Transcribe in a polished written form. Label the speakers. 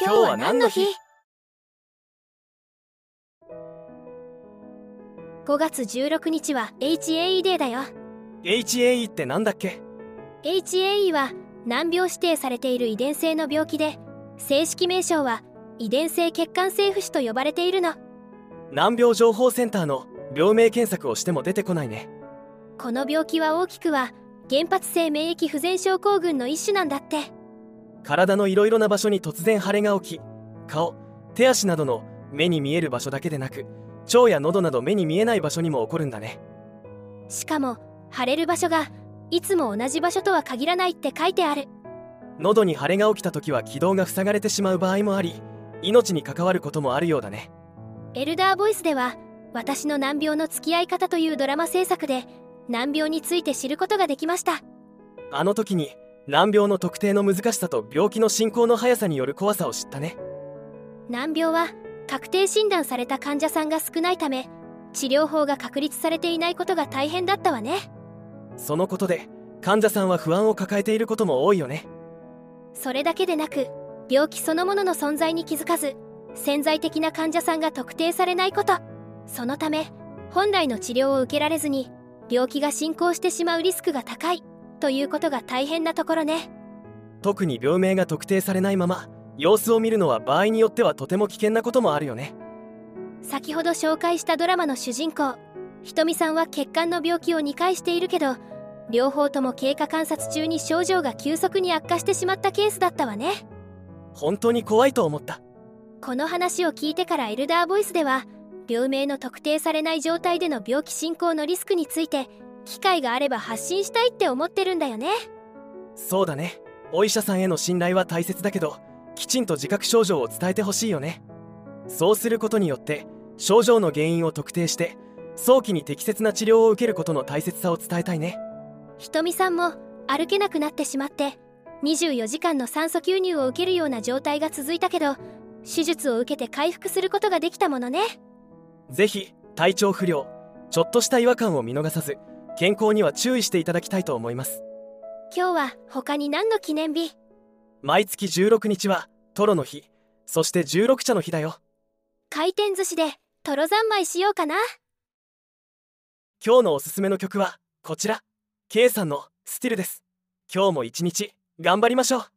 Speaker 1: 今日は何の日？
Speaker 2: 5 月16日は HAE デーだよ。
Speaker 1: HAE ってなんだっけ？
Speaker 2: HAE は難病指定されている遺伝性の病気で、正式名称は遺伝性血管性浮腫と呼ばれているの。
Speaker 1: 難病情報センターの病名検索をしても出てこないね。
Speaker 2: この病気は大きくは原発性免疫不全症候群の一種なんだって。
Speaker 1: 体のいろいろな場所に突然腫れが起き、顔、手足などの目に見える場所だけでなく、腸や喉など目に見えない場所にも起こるんだね。
Speaker 2: しかも腫れる場所がいつも同じ場所とは限らないって書いてある。
Speaker 1: 喉に腫れが起きた時は気道が塞がれてしまう場合もあり、命に関わることもあるようだね。
Speaker 2: エルダーボイスでは私の難病の付き合い方というドラマ制作で難病について知ることができました。
Speaker 1: あの時に難病の特定の難しさと病気の進行の速さによる怖さを知ったね。
Speaker 2: 難病は確定診断された患者さんが少ないため、治療法が確立されていないことが大変だったわね。
Speaker 1: そのことで患者さんは不安を抱えていることも多いよね。
Speaker 2: それだけでなく、病気そのものの存在に気づかず潜在的な患者さんが特定されないこと、そのため本来の治療を受けられずに病気が進行してしまうリスクが高いということが大変なところね。
Speaker 1: 特に病名が特定されないまま様子を見るのは場合によってはとても危険なこともあるよね。
Speaker 2: 先ほど紹介したドラマの主人公ひとみさんは血管の病気を2回しているけど、両方とも経過観察中に症状が急速に悪化してしまったケースだったわね。
Speaker 1: 本当に怖いと思った。
Speaker 2: この話を聞いてからエルダーボイスでは病名の特定されない状態での病気進行のリスクについて機会があれば発信したいって思ってるんだよね。
Speaker 1: そうだね。お医者さんへの信頼は大切だけど、きちんと自覚症状を伝えてほしいよね。そうすることによって症状の原因を特定して早期に適切な治療を受けることの大切さを伝えたいね。
Speaker 2: ひとみさんも歩けなくなってしまって24時間の酸素吸入を受けるような状態が続いたけど、手術を受けて回復することができたものね。
Speaker 1: ぜひ体調不良、ちょっとした違和感を見逃さず健康には注意していただきたいと思います。
Speaker 2: 今日は他に何の記念日？
Speaker 1: 毎月16日はトロの日、そして16茶の日だよ。
Speaker 2: 回転寿司でトロ三昧しようかな。
Speaker 1: 今日のおすすめの曲はこちら、 K さんのスティルです。今日も一日頑張りましょう。